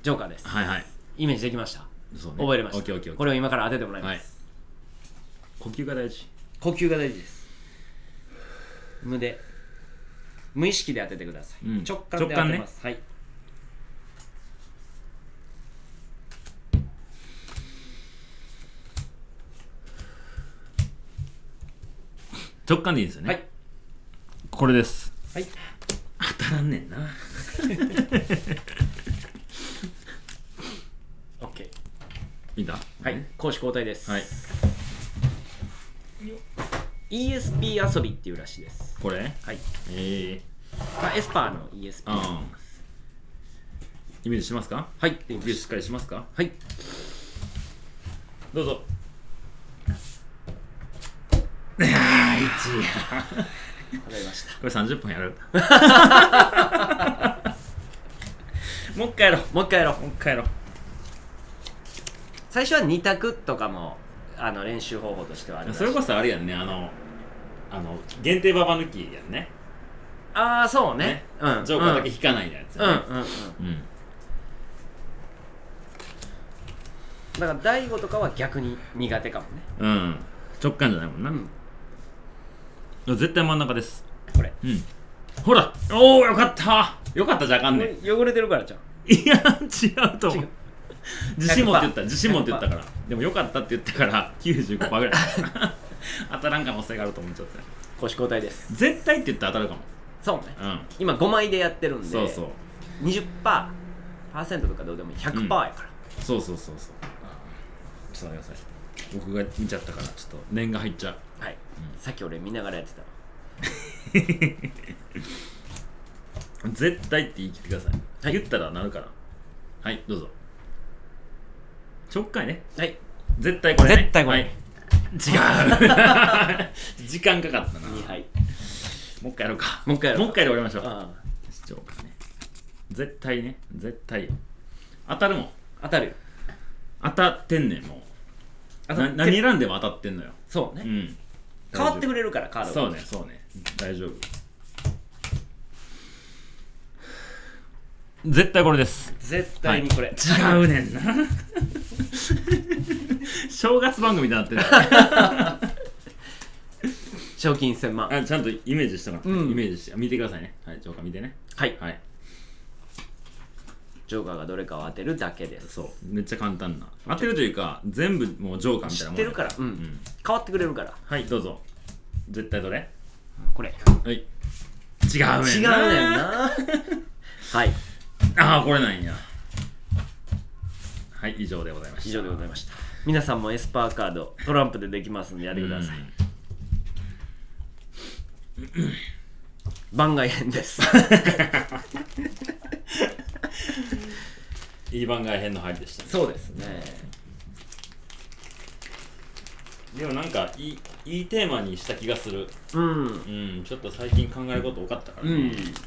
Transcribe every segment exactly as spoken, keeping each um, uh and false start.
ジョーカーです。 はいはい。 イメージできました。 そうね、 覚えれました。 オッケーオッケーオッケー。 これを今から当ててもらいます。 はい、呼吸が大事。 呼吸が大事です。無で無意識で当ててください、うん、直感で当てます、ね、はい。 直感でいいんですよね。はい、これです。 はい。 当たらんねんな。 オッケー。 いいんだ。 はい、攻守交代です。 はい。 イーエスピー 遊びっていうらしいです。 これ？はい。 ええー。まあエスパーの イーエスピー。 あイメージしますか？ はい。 イメージしっかりしますか？ はい。 どうぞ。いやー、いちや。 わかりました。 これさんじゅっぷんやる。 もう一回やろう。もう一回やろう。 もう一回やろう。 最初はに択とかもあの練習方法としてはある。 それこそあれやんね、あのあの限定ババ抜きやんね。 ああそうね。 ね、 うん。 ジョーカーだけ引かないやつやね。 うんうんうん。うん。だから大悟とかは逆に苦手かもね。 うん。直感じゃないもんな。うん、絶対真ん中です。 これ。 うん。ほら。おおよかった。よかったじゃあかんねん。 汚れてるからじゃん。 いや違うと思う。自信持って言った自信持って言ったから。でもよかったって言ったからきゅうじゅうごパーセントぐらい当たらん可能性があると思っちゃった。 攻守交代です。 絶対って言ったら当たるかも。 そうね、 うん、今ごまいでやってるんで、 そうそうにじゅっパーセント とかどうでもいい ひゃくパーセント やから、 うん、そうそうそうそう。ちょっと待ってください。僕が見ちゃったからちょっと念が入っちゃう。 はい、うん、さっき俺見ながらやってた絶対って言い切ってください、はい、言ったらなるから。はいどうぞ。直感ね。 はい、 絶対これ、ね、 絶対これ、はい、 違う時間かかったな。にはいもう一回やろうか。 もう一回やろう。 もう一回で終わりましょう。 ああジョーカーね。絶対ね、絶対よ。当たるもん。 当たる。 当たってんねん、もう。な何選んでも当たってんのよ。 そうね。 うん。 変わってくれるから、カードが。 そうね、そうね。大丈夫。絶対これです。 絶対にこれ。はい、 違うねんな。正月番組になってる。 賞金せんまん。 あちゃんとイメージしたから、うん、イメージして見てくださいね。はい、ジョーカー見てね。 はい、 はい、 ジョーカーがどれかを当てるだけです。 そうめっちゃ簡単な当てるというか全部もうジョーカーみたいなもん。 知ってるから、うんうん、変わってくれるから。 はいどうぞ。絶対どれ？ これ。 はい違うねんな。 違うねんな。はい、 ああこれなんや。はい以上でございました。 以上でございました。皆さんもエスパーカードトランプでできますんでやってください。番外編です。 いい番外編の入りでしたね。 そうですね。 でもなんかいい、いいテーマにした気がする。 うん、 うん、ちょっと最近考えること多かったからね、うん、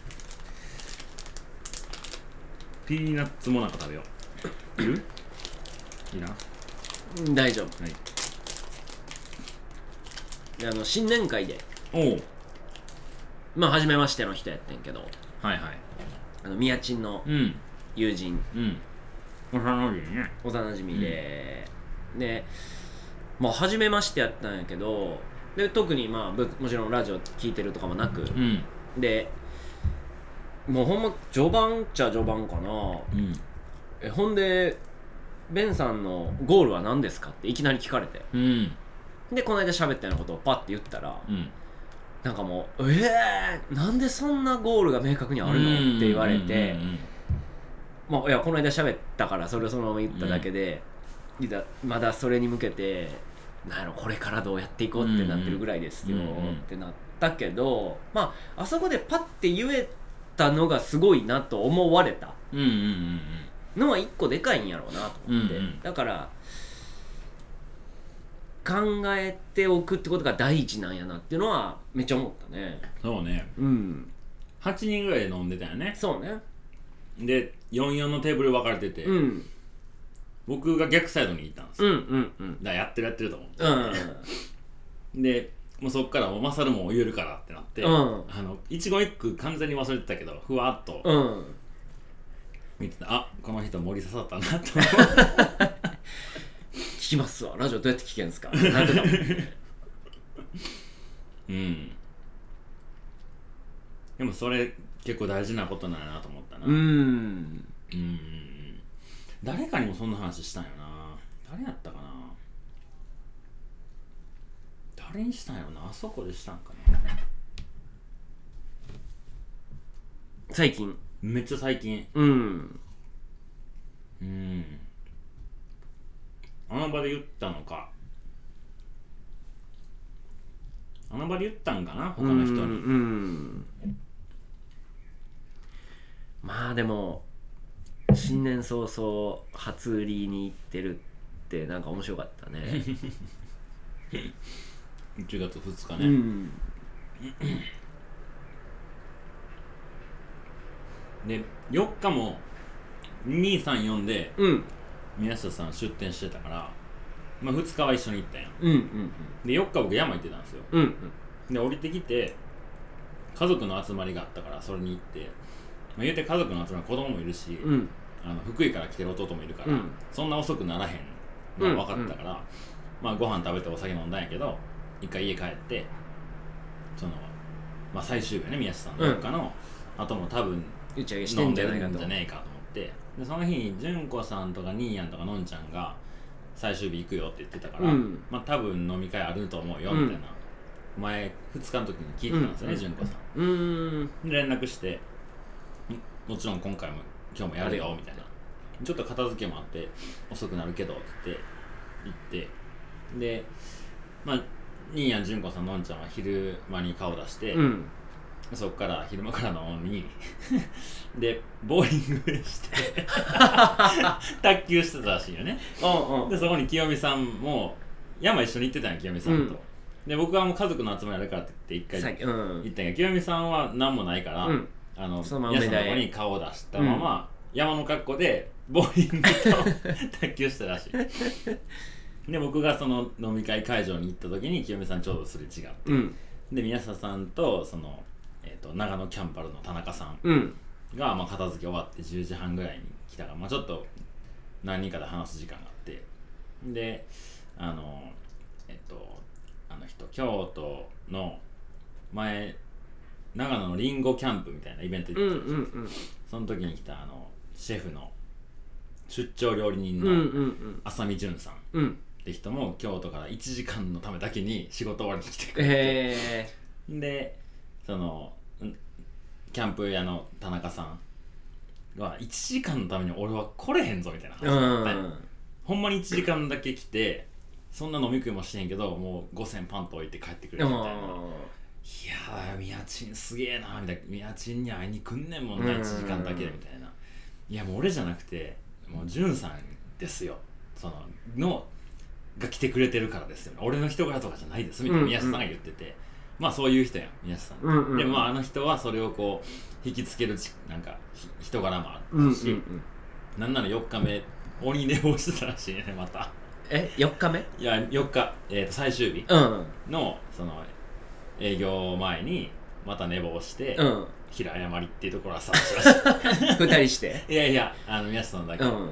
ピーナッツもなんか食べよう。いる？いいな。 大丈夫。 はい。 であの新年会でおうまあ初めましての人やってんけど、 はいはい、 あの宮珍の友人、 うん、うん、幼馴染ね。 幼馴染で、うん、でまあ初めましてやったんやけど、で特にまあもちろんラジオ聞いてるとかもなく、うん、でもうほんま序盤っちゃ序盤かな、うん、えほんでベンさんのゴールは何ですかっていきなり聞かれて、うん、でこの間喋ったようなことをパッて言ったら、うん、なんかもうえー、なんでそんなゴールが明確にあるのって言われて、まあいやこの間喋ったからそれをそのまま言っただけで、うん、まだそれに向けてなんやろこれからどうやっていこうってなってるぐらいですよってなったけど、まああそこでパッて言えたのがすごいなと思われたのは一個でかいんやろうなと思って、うんうん、だから考えておくってことが大事なんやなっていうのはめっちゃ思ったね。 そうね、うん、はちにんぐらいで飲んでたよね。そうね。でよんたいよんのテーブル分かれてて、うん、僕が逆サイドに行ったんですよ、うんうんうん、だからやってるやってると思って、うん、でもうそっからもうマサルも言えるからってなって、うん、あの一言一句完全に忘れてたけどふわっと、うん、 見てた、あ、この人森刺さったなと聞きますわ、ラジオどうやって聞けんすかなんとかうんでもそれ結構大事なことなんやなと思ったな。うんうん誰かにもそんな話したんよな。誰やったかな、誰にしたんやろな、あそこでしたんかな。 最近めっちゃ最近うんうんあの場で言ったのか、あの場で言ったんかな他の人に。うん、うん、 まあでも新年早々初売りに行ってるってなんか面白かったねいちがつふつかね、うん、でよっかもにさんよんで、うん、宮下さん出店してたから、まあ、ふつかは一緒に行ったんや、うんうんうん、でよっか僕山行ってたんですよ、うんうん、で降りてきて家族の集まりがあったからそれに行って、まあ、言うて家族の集まり子供もいるし、うん、あの福井から来てる弟もいるから、うん、そんな遅くならへんのが分かったから、うんうん、まあご飯食べてお酒飲んだんやけど一回家帰ってその、まあ、最終日ね宮下さんのよっかの後も多分打ち上げしてんじゃないかと飲んでるんじゃねえかと思ってでその日に純子さんとかニーヤンとかのんちゃんが最終日行くよって言ってたから、うん、まあ多分飲み会あると思うよみたいな、うん、前ふつかの時に聞いてたんですよね、うん、純子さん、うん、で連絡してもちろん今回も今日もやるよみたいなちょっと片付けもあって遅くなるけどって言って行ってでまあニーヤン純子さんのんちゃんは昼間に顔出して、うん、そっから昼間からのオンにでボーリングして卓球してたらしいよねうん、うん、でそこに清美さんも山一緒に行ってたんや清美さんと、うん、で僕はもう家族の集まりあるからって言って一回行ったんや、うん、清美さんは何もないから、うん、あのその宮下のとこに顔を出したまま、うん、山の格好でボーリングと卓球したらしいで僕がその飲み会会場に行った時に清美さんちょうどすれ違って、うん、で宮下さんとそのえー、と長野キャンパルの田中さんが、うんまあ、片付け終わってじゅうじはんぐらいに来たから、まあ、ちょっと何人かで話す時間があってであのえっ、ー、とあの人京都の前長野のリンゴキャンプみたいなイベント行ってた、うんうんうん、その時に来たあのシェフの出張料理人の浅見淳さん、うん、って人も京都からいちじかんのためだけに仕事終わりに来てくれて、えー、でそのキャンプ屋の田中さんがいちじかんのために俺は来れへんぞみたいな話だったよ、ほんまにいちじかんだけ来てそんな飲み食いもしてへんけどもうごせんパンと置いて帰ってくれるみたいな、いやー宮珍すげえなみたいな、宮珍に会いに来んねんもんな、いちじかんだけでみたいな、いやもう俺じゃなくてもう潤さんですよそののが来てくれてるからですよ、俺の人柄とかじゃないですみたいな宮下さんが言ってて、まあそういう人やん宮下さん、うんうんうん、でもまああの人はそれをこう引きつけるなんか人柄もあるし、うんうんうん、なんならよっかめ鬼寝坊してたらしいねまたえよっかめいやよっか、えー、と最終日の、うん、その営業前にまた寝坊して、うん、平謝りっていうところはさふたりしていやいやあの宮下さんだけ、うん、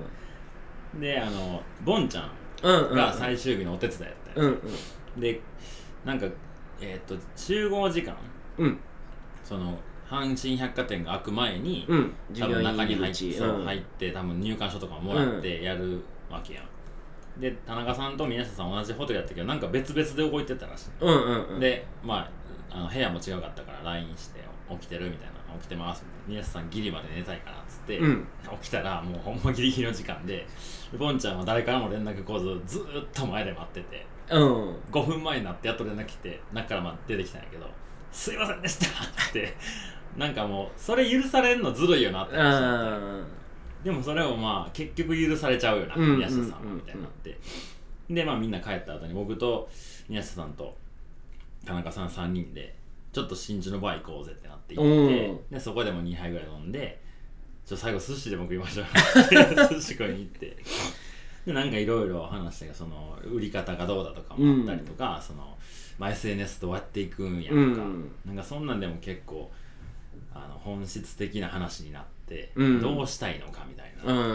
であのボンちゃんが最終日のお手伝いやったよ、うんうん、でなんかえー、と集合時間、うん、その阪神百貨店が開く前に、うん、多分中に入って、うん、入って多分入館証とかもらってやるわけやん、うん、で田中さんと宮下さん同じホテルやったけどなんか別々で動いてたらしい、うんうんうん、でまああの部屋も違うかったから ライン して起きてるみたいな起きてます宮下さんギリまで寝たいからっつって、うん、起きたらもうほんまギリギリの時間でボンちゃんは誰からも連絡来ずずーっと前で待ってて、うん、ごふんまえになってやっと連絡来て中からまあ出てきたんやけどすいませんでしたってなんかもうそれ許されんのずるいよなって話でもそれをまあ結局許されちゃうよな、うん、宮下さんはみたいになって、でまあみんな帰った後に僕と宮下さんと田中さんさんにんでちょっと真珠のバー行こうぜってなって行って、でそこでもにはいぐらい飲んでちょ最後寿司でも食いましょうって寿司食いに行ってでなんかいろいろ話してその売り方がどうだとかもあったりとか、うん、そのまあ、エスエヌエス どうやっていくんやとか、うん、なんかそんなんでも結構あの本質的な話になって 、うん、どうしたいのかみたいな、うん、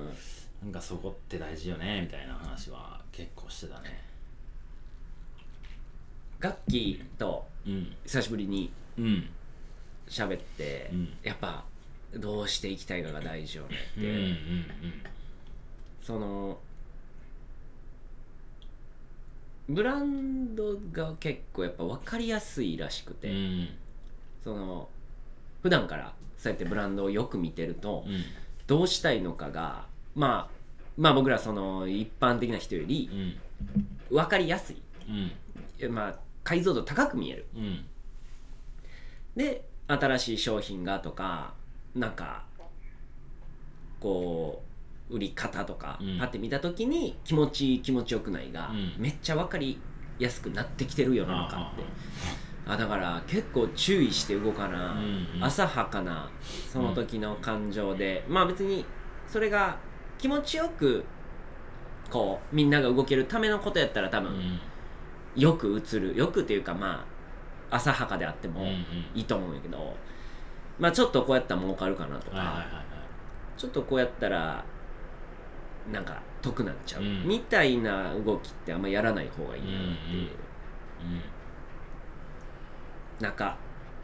なんかそこって大事よねみたいな話は結構してたね。 ガッキーと久しぶりに喋って、うん、やっぱどうしていきたいかが大事よねって、うんうんうん、そのブランドが結構やっぱ分かりやすいらしくて、うん、その普段からそうやってブランドをよく見てると、うん、どうしたいのかがまあまあ僕らその一般的な人より分かりやすい、うん、まあ解像度高く見える、うん、で新しい商品がとかなんかこう売り方とか、うん、パッて見た時に気持ちいい気持ちよくないが、うん、めっちゃ分かりやすくなってきてる世の中って、あだから結構注意して動かな、うんうん、浅はかなその時の感情で、うん、まあ別にそれが気持ちよくこうみんなが動けるためのことやったら多分、うん、よく映るよくっていうかまあ浅はかであってもいいと思うんやけど、うんうん、まあちょっとこうやったら儲かるかなとか、はいはいはいはい、ちょっとこうやったらなんか得なっちゃう、うん、みたいな動きってあんまやらない方がいいなっていう、うんうんうん、なんか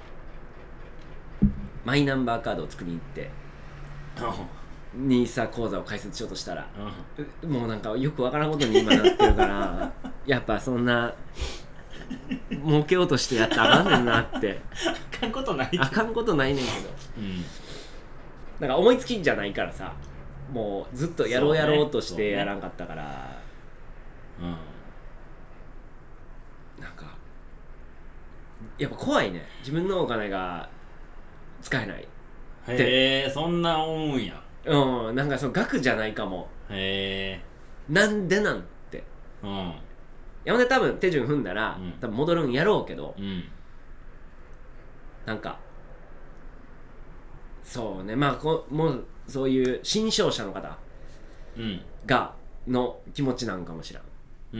マイナンバーカードを作りに行ってニーサ口座を開設しようとしたら、うん、もうなんかよくわからんことに今なってるからやっぱそんな儲けようとしてやったらあかんねんなってあかんことないあかんことないねんけど、うん、なんか思いつきじゃないからさもうずっとやろうやろうとしてやらんかったから、う、ね、うん、なんかやっぱ怖いね自分のお金が使えないってへえそんな思うんやうんなんかその額じゃないかもへえなんでなんてうん山で多分手順踏んだら、うん、多分戻るんやろうけど、うん、なんかそうねまあこもうそういう新商社の方がの気持ちなんかもしらん、うん、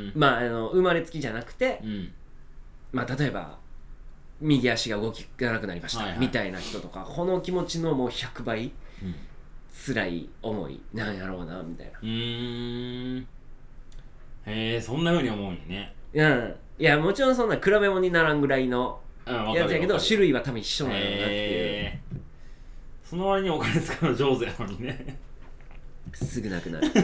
まああの生まれつきじゃなくて、うん、まあ例えば右足が動きがなくなりました、はいはい、みたいな人とかこの気持ちのもうひゃくばい、うん、辛い思いなんやろうなみたいなうーんへえそんな風に思うんやねうんいやもちろんそんな比べ物にならんぐらいのやつやけど種類は多分一緒なんやろうなっていうその割にお金使うの上手やのにねすぐなくなる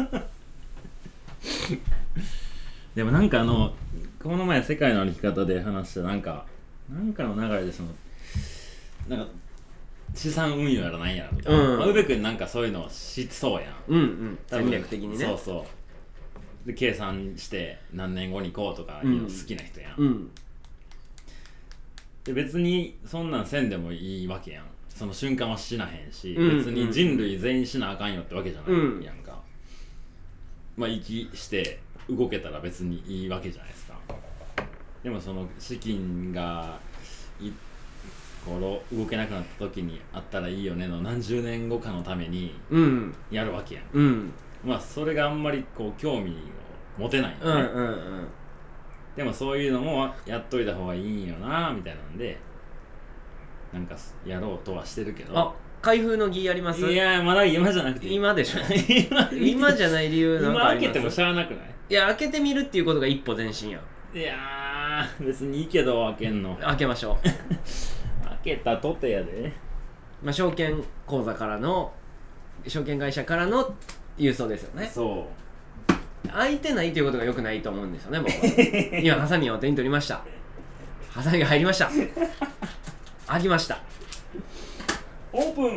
でもなんかあのこの前世界の歩き方で話したなんかなんかの流れでそのなんか資産運用やらないやらとか、うん、宇部君なんかそういうの知ってそうやんうんうん戦略的にねそうそうで計算して何年後にこうとかいうの好きな人やん、うん、で別にそんなんせんでもいいわけやんその瞬間はしなへんし、うん、別に人類全員しなあかんよってわけじゃないやんか、うん、まあ息して動けたら別にいいわけじゃないですかでもその資金がいこの動けなくなった時にあったらいいよねの何十年後かのためにやるわけやん、うん、まあそれがあんまりこう興味を持てないよね、うんうんうん、でもそういうのもやっといた方がいいんよなみたいなんでなんかやろうとはしてるけどあ開封の儀ありますいやまだ今じゃなくて今でしょ今, 今じゃない理由なんかあります今開けてもしゃあなくないいや開けてみるっていうことが一歩前進やいやー別にいいけど開けんの開けましょう開けたとてやでまあ証券口座からの証券会社からの郵送ですよねそう開いてないということが良くないと思うんですよね僕は今ハサミを手に取りましたハサミが入りました開きましたオープン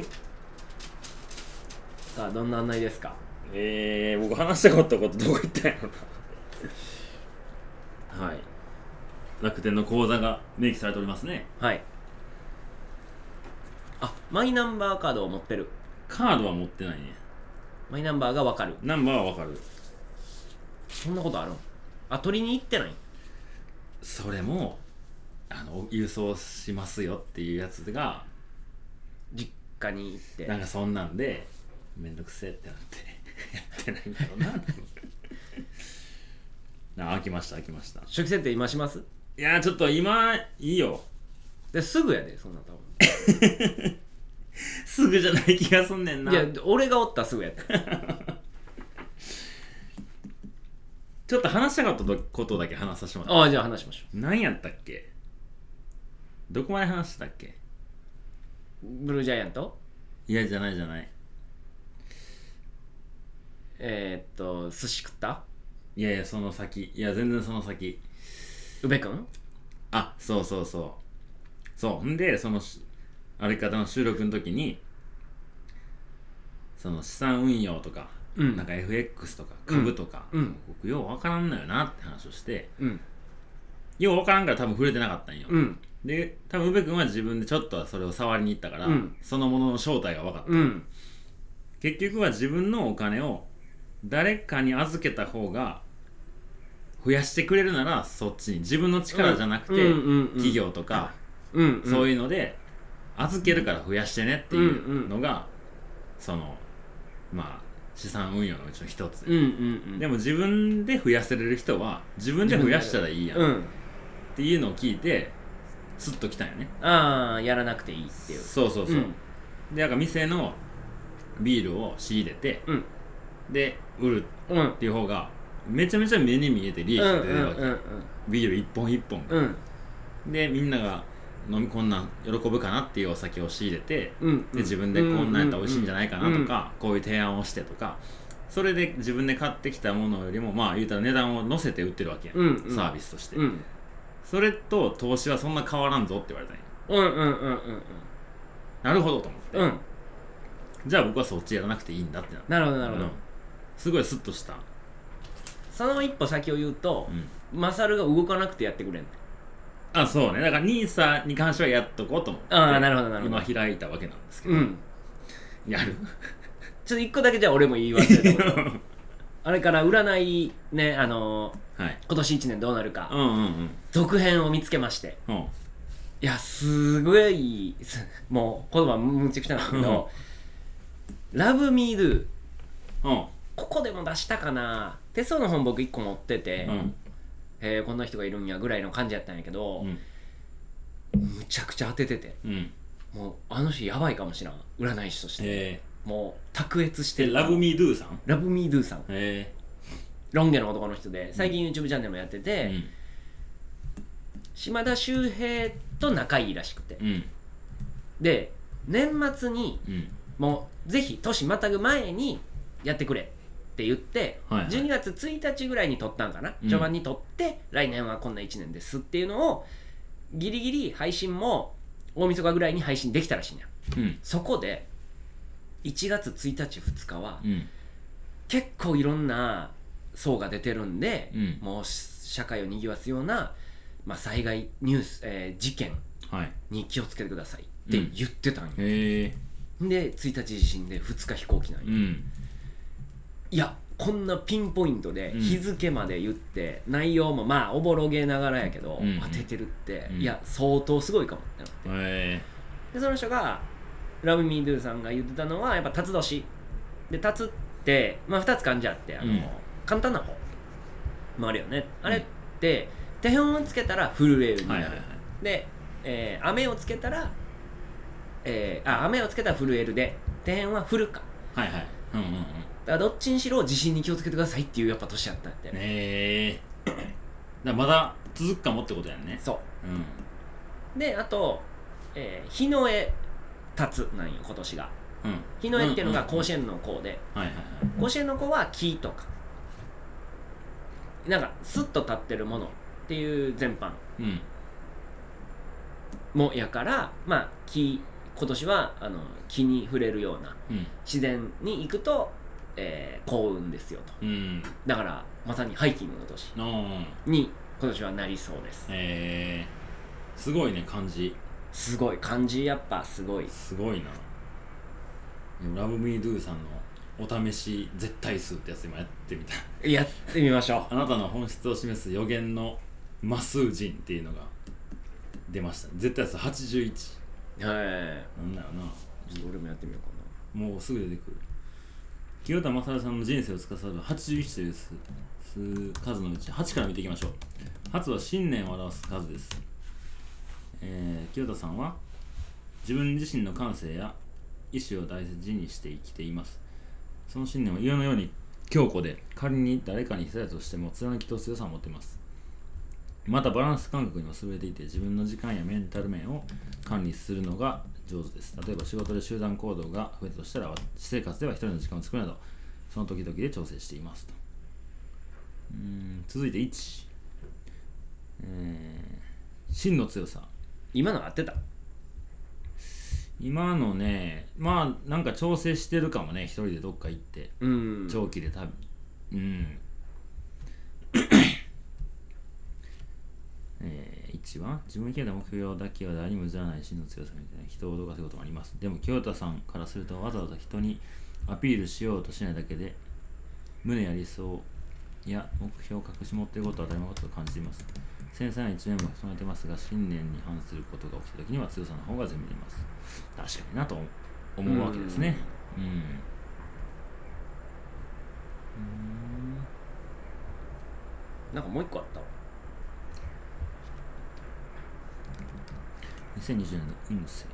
さあどんな案内ですかえー、僕話したかったことどこ行ったんやろなはい楽天の口座が明記されておりますねはいあマイナンバーカードを持ってるカードは持ってないねマイナンバーが分かるナンバーは分かるそんなことあるんあ取りに行ってないそれもあの郵送しますよっていうやつが実家に行ってなんかそんなんでめんどくせえってなってやってないんだろうなあ開きました開きました初期設定今しますいやちょっと今いいよですぐやでそんな多分すぐじゃない気がすんねんな。 いや俺がおったらすぐやったちょっと話したかったことだけ話させてもらって。 ああじゃあ話しましょう。何やったっけ。どこまで話したっけ。 ブルージャイアント。 いやじゃないじゃない。 えー、っと寿司食った。 いやいやその先。いや全然その先。 宇部くん。 あそうそうそうそう。んでそのあれ方の収録の時にその資産運用とか、うん、なんか エフエックス とか株とか、うん、僕よう分からんのよなって話をして、うん、よう分からんから多分触れてなかったんよ、うん、で多分宇部君は自分でちょっとそれを触りに行ったから、うん、そのものの正体が分かった、うん、結局は自分のお金を誰かに預けた方が増やしてくれるならそっちに、自分の力じゃなくて、うん、企業とか、うんうん、そういうので預けるから増やしてねっていうのが、うんうん、そのまあ資産運用のうちの一つ、うんうんうん、でも自分で増やせれる人は自分で増やしたらいいやん、うん、っていうのを聞いてスッときたんよね。 ああやらなくていいっていう。 そうそうそう、うん、でなんか店のビールを仕入れて、うん、で売るっていう方がめちゃめちゃ目に見えて利益が出るわけ、うんうんうんうん、ビール一本一本が、うん、でみんなが飲みこんなん喜ぶかなっていうお酒を仕入れて、うんうん、で自分でこんなんやったら美味しいんじゃないかなとか、うんうん、こういう提案をしてとか、それで自分で買ってきたものよりもまあ言うたら値段を乗せて売ってるわけやん、うんうん、サービスとして、うん、それと投資はそんな変わらんぞって言われたんや。うんうんうんうんうん。なるほどと思って、うん、じゃあ僕はそっちやらなくていいんだってなって。 なるほどなるほど、うん、 すごいスッとした。 その一歩先を言うと、うん、マサルが動かなくてやってくれんね。 あ、そうね。だから ニーサ に関してはやっとこうと思ってあなるほどなるほど今開いたわけなんですけど、うん、やるちょっと一個だけじゃあ俺も言い忘れたあれから占いね、あのーはい、今年いちねんどうなるか、うんうんうん、続編を見つけまして、うん、いやすごいもう言葉むちゃくちゃなんだけどLove Me Do、うん、ここでも出したかな。手相の本僕いっこ持ってて、うんえー、こんな人がいるんやぐらいの感じやったんやけど、うん、むちゃくちゃ当ててて、うん、もうあの人やばいかもしらん占い師として、えー、もう卓越してる。 ラブミードゥさんラブミードゥさん、えー、ロン毛の男の人で最近 YouTube チャンネルもやってて、うん、島田秀平と仲いいらしくて、うん、で年末に、うん、もうぜひ年またぐ前にやってくれって言って、はいはい、じゅうにがつついたちぐらいに撮ったんかな、うん、序盤に撮って来年はこんないちねんですっていうのをギリギリ配信も大晦日ぐらいに配信できたらしいんだよ、うん、そこでいちがつついたちふつかは、うん、結構いろんな層が出てるんで、うん、もう社会を賑わすような、まあ、災害ニュース、えー、事件に気をつけてくださいって言ってたんよ、うん、へー。でついたち地震でふつか飛行機なんよ、うんいやこんなピンポイントで日付まで言って、うん、内容もまあおぼろげながらやけど、うん、当ててるって、うん、いや相当すごいかもってなって、えー、でその人がラブミードゥさんが言ってたのはやっぱ辰年で辰って、まあ、ふたつ漢字あってあの、うん、簡単な方もあるよね、あれって手本をつけたら震えるになる、はいはいはい、で、えー、雨をつけたら、えー、あ雨をつけたら震えるで手辺は降るか、はいはい、うんうんうん、だからどっちにしろ地震に気をつけてくださいっていうやっぱ年やったんやってへえー、だからまだ続くかもってことやんね。 そう、うん、であと、えー、日の絵立つなんよ今年が、うん、日の絵っていうのが甲子園の子で、うんうんうん、甲子園の子は木とかなんかスッと立ってるものっていう全般、うん、もやからまあ木今年はあの木に触れるような、うん、自然に行くと、えー、幸運ですよと、うん、だからまさにハイキングの年に今年はなりそうです。 へえー、すごいね漢字。 すごい漢字やっぱすごいすごいな。ラブミードゥさんのお試し絶対数ってやつ今やってみたい。 やってみましょう。あなたの本質を示す予言の魔数人っていうのが出ました。絶対数はちじゅういち。はい、なんだよな。 俺もやってみようかな。もうすぐ出てくる。清田正さんの人生を司るはちじゅういちという数のうちはちから見ていきましょう。はちは信念を表す数です。えー、清田さんは自分自身の感性や意志を大事にして生きています。その信念は岩のように強固で、仮に誰かに被災としても貫き通す強さを持っています。またバランス感覚にも優れていて、自分の時間やメンタル面を管理するのが上手です。例えば仕事で集団行動が増えたとしたら、私生活では一人の時間を作るなど、その時々で調整していますと。うーん続いていち、えー、真の強さ。 今の合ってた？ 今のね、まあなんか調整してるかもね、一人でどっか行って、うん、長期で多分、うんえー、いちは自分に決めた目標だけは誰にも譲らない真の強さみたいな、人を脅かすこともあります。でも清田さんからすると、わざわざ人にアピールしようとしないだけで、胸や理想や目標を隠し持っていることは当たり前のことと感じています。繊細な一面も潜めてますが、信念に反することが起きたときには強さの方が前面にいます。確かになと思うわけですね。うんうん、うーんなんかもう一個あったわ。 にせんにじゅうねんの運勢。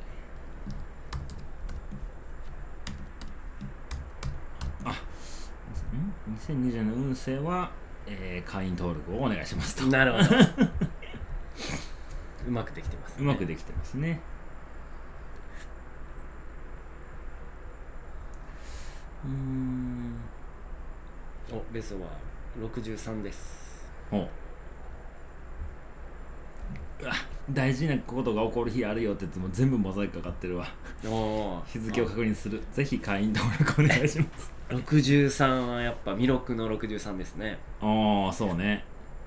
あ、んにせんにじゅうねんの運勢は、えー、会員登録をお願いしますと。 なるほど。うまくできてます、ね。 うまくできてますね。うーん。 お、ベスはろくじゅうさんです。 お。うわ、大事なことが起こる日あるよって言っても全部モザイクかかってるわ。お日付を確認する。ぜひ会員登録お願いします。 ろくじゅうさんはやっぱ弥勒のろくじゅうさんですね。 ああ、そうね。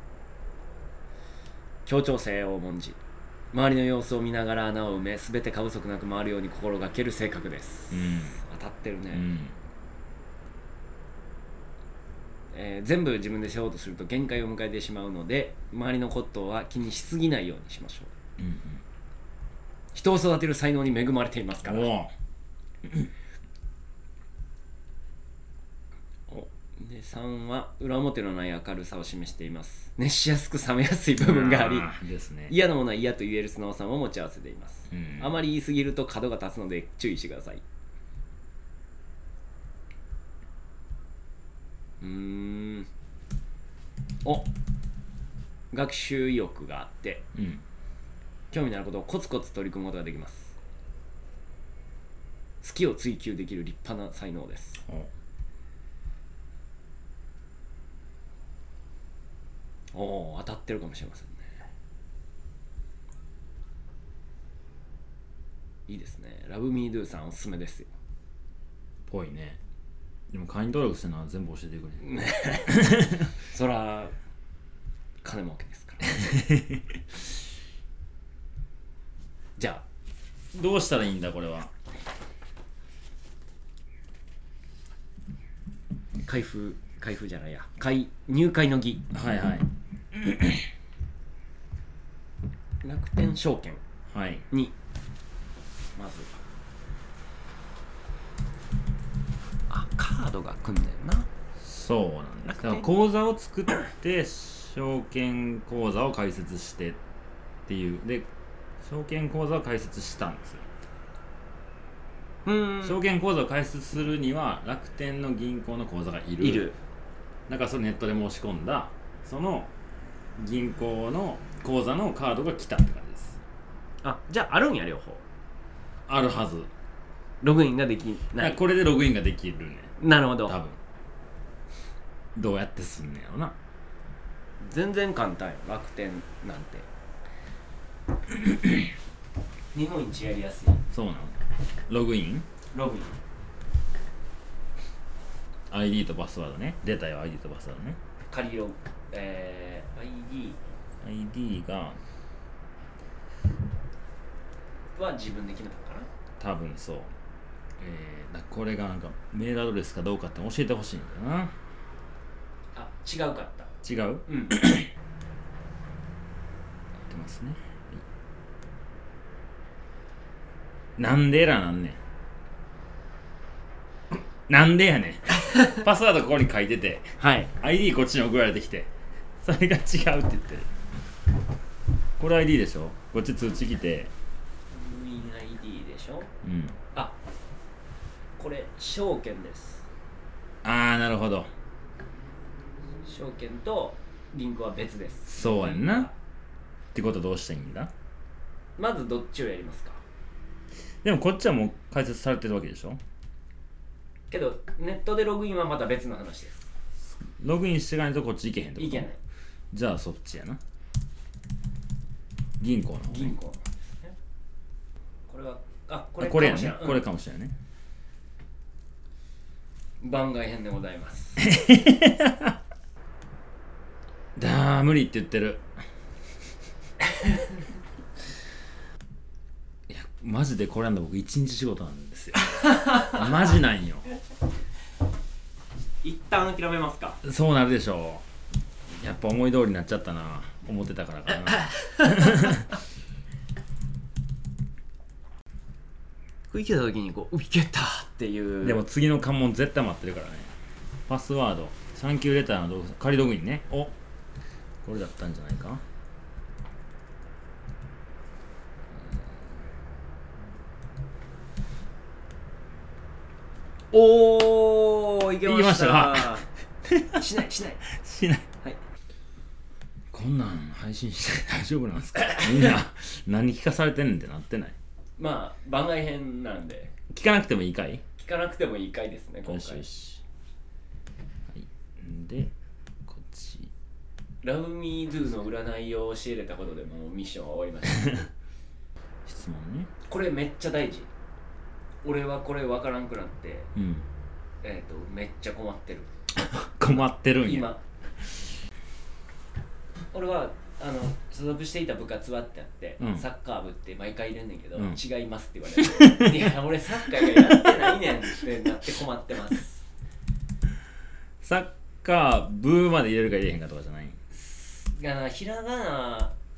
協調性を重んじ、周りの様子を見ながら穴を埋め、全て過不足なく回るように心がける性格です。うん、当たってるね。うんえー、全部自分で背負おうとすると限界を迎えてしまうので、周りのことは気にしすぎないようにしましょう。うんうん、人を育てる才能に恵まれていますから。おおでさんは裏表のない明るさを示しています。熱しやすく冷めやすい部分があり、あですね、嫌なものは嫌と言える素直さも持ち合わせています。うん、あまり言い過ぎると角が立つので注意してください。うーんお学習意欲があって、うん、興味のあることをコツコツ取り組むことができます。好きを追求できる立派な才能です。おお当たってるかもしれませんね。いいですね。ラブミードゥさんおすすめですよ。 ぽいね。でも会員登録してるのは全部教えてくれね。 そら金儲けですからじゃあどうしたらいいんだこれは。 開封開封じゃないや開入会の儀。はいはい楽天証券に、はい、まずあカードが組んでんな。 そうなんです。だから口座を作って証券口座を開設してっていうで証券口座を開設したんですよ。うん証券口座を開設するには楽天の銀行の口座がいる。いる。だからそれネットで申し込んだその銀行の口座のカードが来たって感じです。 あじゃああるんや両方。 あるはず。 ログインができない。 これでログインができるね。 なるほど。 多分どうやってすんねやろな。 全然簡単よ楽天なんて日本一やりやすい。 そうなの。ログインログインアイディー とパスワードね。出たよ アイディー とパスワードね。 仮ログえー アイディーアイディー がは自分で決めたのかな。多分そう。えー、だこれがなんかメールアドレスかどうかって教えてほしいんだよな。 あ違うかった。 違ううん合ってますね、はい、なんでらなんねんなんでやねんパスワードここに書いてて、はい、アイディー こっちに送られてきてそれが違うって言ってる。これ アイディー でしょ。こっち通知来てログイン アイディー でしょ。うんあ証券です。 ああなるほど。 証券と銀行は別です。 そうやんな。ってことはどうしたらいいんだ。 まずどっちをやりますか。 でもこっちはもう解説されてるわけでしょ。 けどネットでログインはまた別の話です。 ログインしていかないとこっち行けへんってこと。 いけない。 じゃあそっちやな。銀行の方、ね、 銀行の方ですね。これはあこれこれやね、うん、これかもしれないね。 番外編でございますだー無理って言ってるいやマジでこれなんだ。僕一日仕事なんですよマジなんよ。 一旦諦めますか。 そうなるでしょう。やっぱ思い通りになっちゃったな。思ってたからかなこれいけた時にこういけたっていう。 でも次の関門絶対待ってるからね。パスワードサンキューレターの仮ログインね。おこれだったんじゃないか。 おーいけました。 いきましたしないしないしない、はい、こんなん配信して大丈夫なんですかみんな何聞かされてんねんってなってない。 まあ番外編なんで聞かなくてもいいかい。 聞かなくてもいい回ですね今回。 よしよし、はい、でこっちラブミードゥの占いを教えれたことでもうミッションは終わりました質問ね。 これめっちゃ大事。俺はこれ分からんくなって、 うん、 えっとめっちゃ困ってる困ってるんや今。俺はあの所属していた部活はってあって、うん、サッカー部って毎回入れんねんけど、うん、違いますって言われるいや俺サッカーがやってないねんってなって困ってますサッカー部まで入れるか入れへんかとかじゃない。 がなひらがな、うん、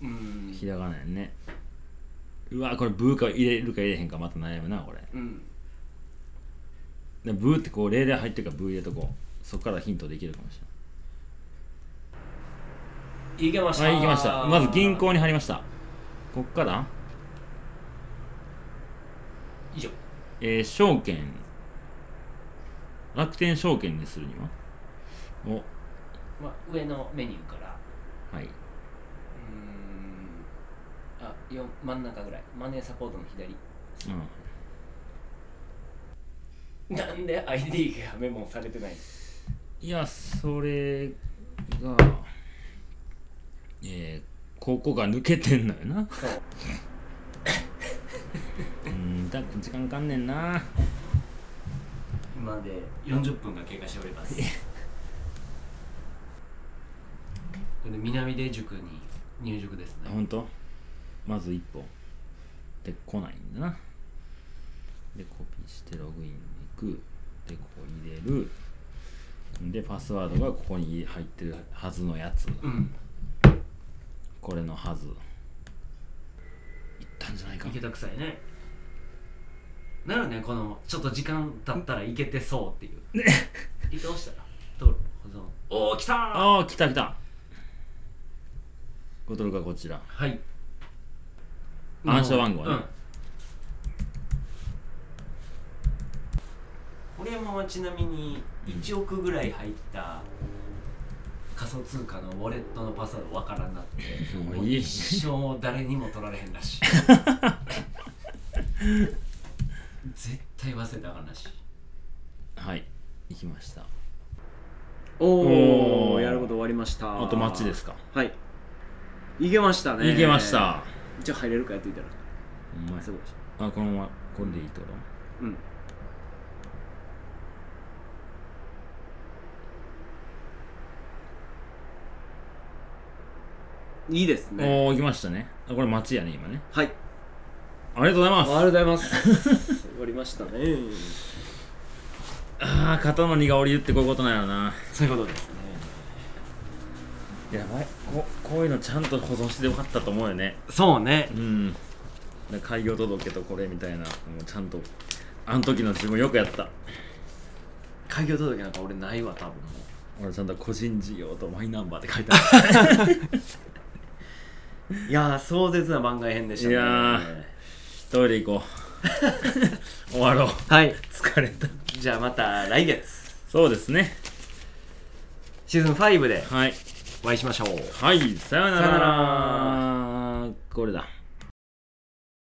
ひらがなやね。うわこれブーか入れるか入れへんかまた悩むなこれ、 うん、 でブーってこう例題入ってるからブー入れとこう。そこからヒントできるかもしれない。 いけました。 はい、いけました。まず銀行に入りました。こっから以上、 えー、証券楽天証券にするにはお、 まあ、上のメニューからはい、うーんあよ真ん中ぐらいマネーサポートの左、うん、なんで アイディー がメモされてない。 いやそれがえー、ここが抜けてんのよな。 そううんだ時間かかんねんな。 今でよんじゅっぷんが経過しておりますこれで南出塾に入塾ですね。 ほんとまず一歩で来ないんだな。でコピーしてログインに行く。でここ入れる。でパスワードがここに入ってるはずのやつ、 うん、 これのはずいったんじゃないか。 いけたくさいね。なるねこのちょっと時間経ったらいけてそうっていうね移動したら登録保存。おー来たー。 あー来た来た。ボトルがこちら。 はい。 暗証番号ね、うん、 俺山はちなみにいちおくぐらい入った仮想通貨のウォレットのパスワードわからんなってもう一生誰にも取られへんらしい絶対忘れたからなし。 はい行きました。 おおやること終わりました。 あとマッチですか。 はいいけましたね。 いけました。 じゃあ入れるかやってみたら。 お前すごい。あこのままこれでいいってこと。 うんいいですね。 おお行きましたね。あこれマッチやね今ね。 はいありがとうございます。 ありがとうございます終わりましたねああ肩の荷が下りるってこういうことなんやろな。 そういうことですね。やばい こ, こういうのちゃんと保存してよかったと思うよね。 そうね。 うん開業届とこれみたいなもうちゃんとあの時の自分よくやった。 開業届なんか俺ないわ多分。もう俺ちゃんと個人事業とマイナンバーって書いてあるいやー壮絶な番外編でしたね。 いやートイレ行こう。 終わろう。 はい疲れた。 じゃあまた来月そうですねシーズンファイブではいお会いしましょう。 はい、さよなら。 さよなら。 これだ。